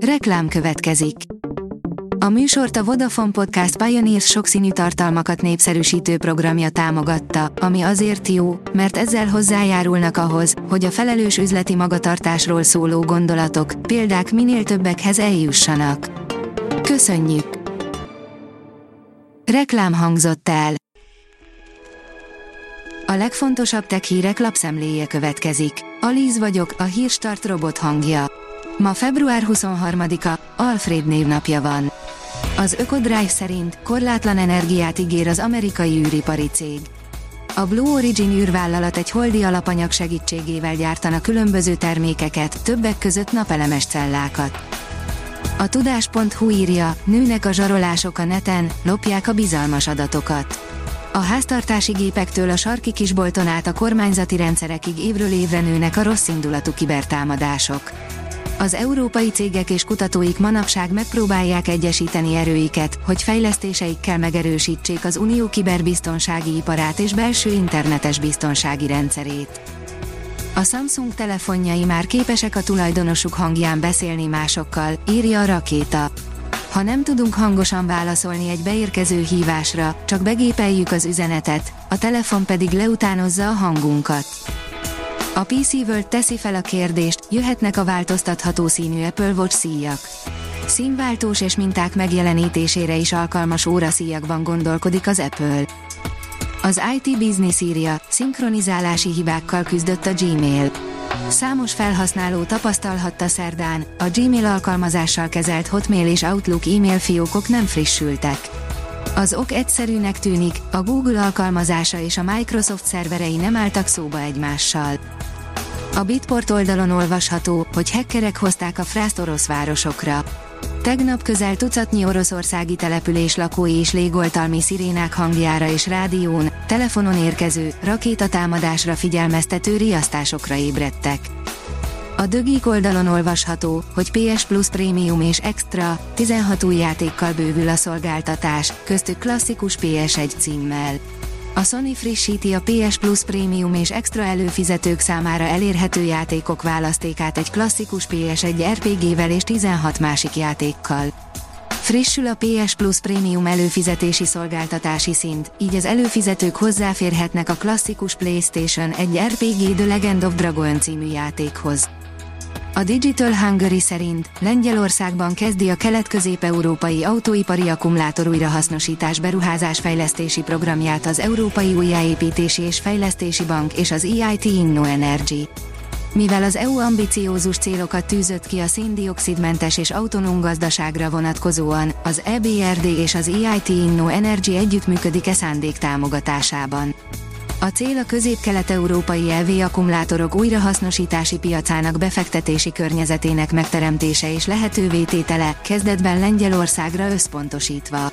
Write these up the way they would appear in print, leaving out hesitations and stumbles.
Reklám következik. A műsort a Vodafone Podcast Pioneers sokszínű tartalmakat népszerűsítő programja támogatta, ami azért jó, mert ezzel hozzájárulnak ahhoz, hogy a felelős üzleti magatartásról szóló gondolatok, példák minél többekhez eljussanak. Köszönjük! Reklám hangzott el. A legfontosabb tech hírek lapszemléje következik. Alíz vagyok, a Hírstart robot hangja. Ma február 23-a, Alfred névnapja van. Az Ökodrive szerint korlátlan energiát ígér az amerikai űripari cég. A Blue Origin űrvállalat egy holdi alapanyag segítségével gyártana különböző termékeket, többek között napelemes cellákat. A tudás.hu írja, nőnek a zsarolások a neten, lopják a bizalmas adatokat. A háztartási gépektől a sarki kisbolton át a kormányzati rendszerekig évről évre nőnek a rosszindulatú kibertámadások. Az európai cégek és kutatóik manapság megpróbálják egyesíteni erőiket, hogy fejlesztéseikkel megerősítsék az unió kiberbiztonsági iparát és belső internetes biztonsági rendszerét. A Samsung telefonjai már képesek a tulajdonosuk hangján beszélni másokkal, írja a Rakéta. Ha nem tudunk hangosan válaszolni egy beérkező hívásra, csak begépeljük az üzenetet, a telefon pedig leutánozza a hangunkat. A PC World teszi fel a kérdést, jöhetnek a változtatható színű Apple Watch szíjak. Színváltós és minták megjelenítésére is alkalmas óraszíjakban gondolkodik az Apple. Az IT Business írja, szinkronizálási hibákkal küzdött a Gmail. Számos felhasználó tapasztalhatta szerdán, a Gmail alkalmazással kezelt Hotmail és Outlook e-mail fiókok nem frissültek. Az ok egyszerűnek tűnik, a Google alkalmazása és a Microsoft szerverei nem álltak szóba egymással. A Bitport oldalon olvasható, hogy hackerek hozták a frászt orosz városokra. Tegnap közel tucatnyi oroszországi település lakói is légoltalmi szirénák hangjára és rádión, telefonon érkező, rakétatámadásra figyelmeztető riasztásokra ébredtek. A The Geek oldalon olvasható, hogy PS Plus Premium és Extra, 16 új játékkal bővül a szolgáltatás, köztük klasszikus PS1 címmel. A Sony frissíti a PS Plus Premium és Extra előfizetők számára elérhető játékok választékát egy klasszikus PS1 RPG-vel és 16 másik játékkal. Frissül a PS Plus Premium előfizetési szolgáltatási szint, így az előfizetők hozzáférhetnek a klasszikus PlayStation 1 RPG The Legend of Dragon című játékhoz. A Digital Hungary szerint Lengyelországban kezdi a kelet-közép-európai autóipari akkumulátor újrahasznosítás beruházásfejlesztési programját az Európai Újjáépítési és Fejlesztési Bank és az EIT InnoEnergy. Mivel az EU ambiciózus célokat tűzött ki a szén-dioxidmentes és autonóm gazdaságra vonatkozóan, az EBRD és az EIT InnoEnergy együttműködik e szándék támogatásában. A cél a közép-kelet-európai EV akkumulátorok újrahasznosítási piacának befektetési környezetének megteremtése és lehetővé tétele, kezdetben Lengyelországra összpontosítva.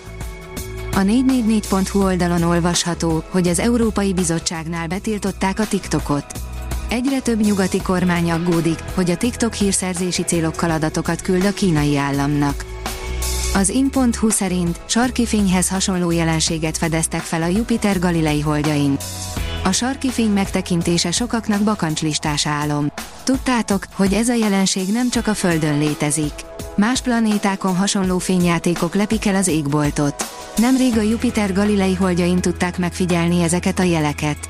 A 444.hu oldalon olvasható, hogy az Európai Bizottságnál betiltották a TikTokot. Egyre több nyugati kormány aggódik, hogy a TikTok hírszerzési célokkal adatokat küld a kínai államnak. Az in.hu szerint sarki fényhez hasonló jelenséget fedeztek fel a Jupiter Galilei holdjain. A sarki fény megtekintése sokaknak bakancslistás álom. Tudtátok, hogy ez a jelenség nem csak a Földön létezik. Más planétákon hasonló fényjátékok lepik el az égboltot. Nemrég a Jupiter Galilei holdjain tudták megfigyelni ezeket a jeleket.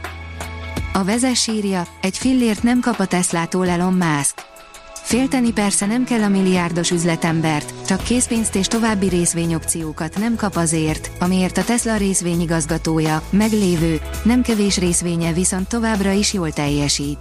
A Vezess írja, egy fillért nem kap a Teslától Elon Musk. Félteni persze nem kell a milliárdos üzletembert, csak készpénzt és további részvényopciókat nem kap azért, amiért a Tesla részvényigazgatója, meglévő, nem kevés részvénye viszont továbbra is jól teljesít.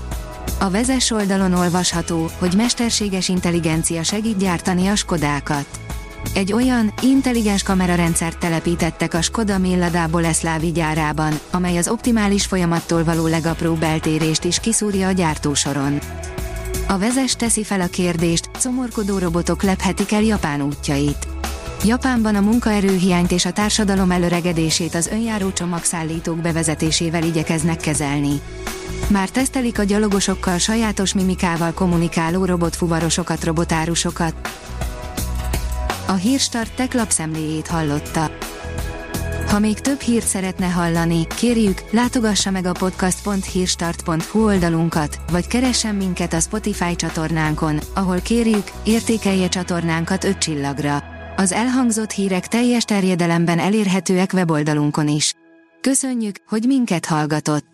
A Vezess oldalon olvasható, hogy mesterséges intelligencia segít gyártani a Skodákat. Egy olyan, intelligens kamerarendszert telepítettek a Skoda Mélada Boleszlávi gyárában, amely az optimális folyamattól való legapróbb eltérést is kiszúrja a gyártósoron. A Vezess teszi fel a kérdést, szomorkodó robotok lephetik el Japán útjait. Japánban a munkaerőhiányt és a társadalom előregedését az önjáró csomagszállítók bevezetésével igyekeznek kezelni. Már tesztelik a gyalogosokkal sajátos mimikával kommunikáló robotfuvarosokat, robotárusokat. A Hírstart tech lapszemléjét hallotta. Ha még több hírt szeretne hallani, kérjük, látogassa meg a podcast.hírstart.hu oldalunkat, vagy keressen minket a Spotify csatornánkon, ahol kérjük, értékelje csatornánkat 5 csillagra. Az elhangzott hírek teljes terjedelemben elérhetőek weboldalunkon is. Köszönjük, hogy minket hallgatott!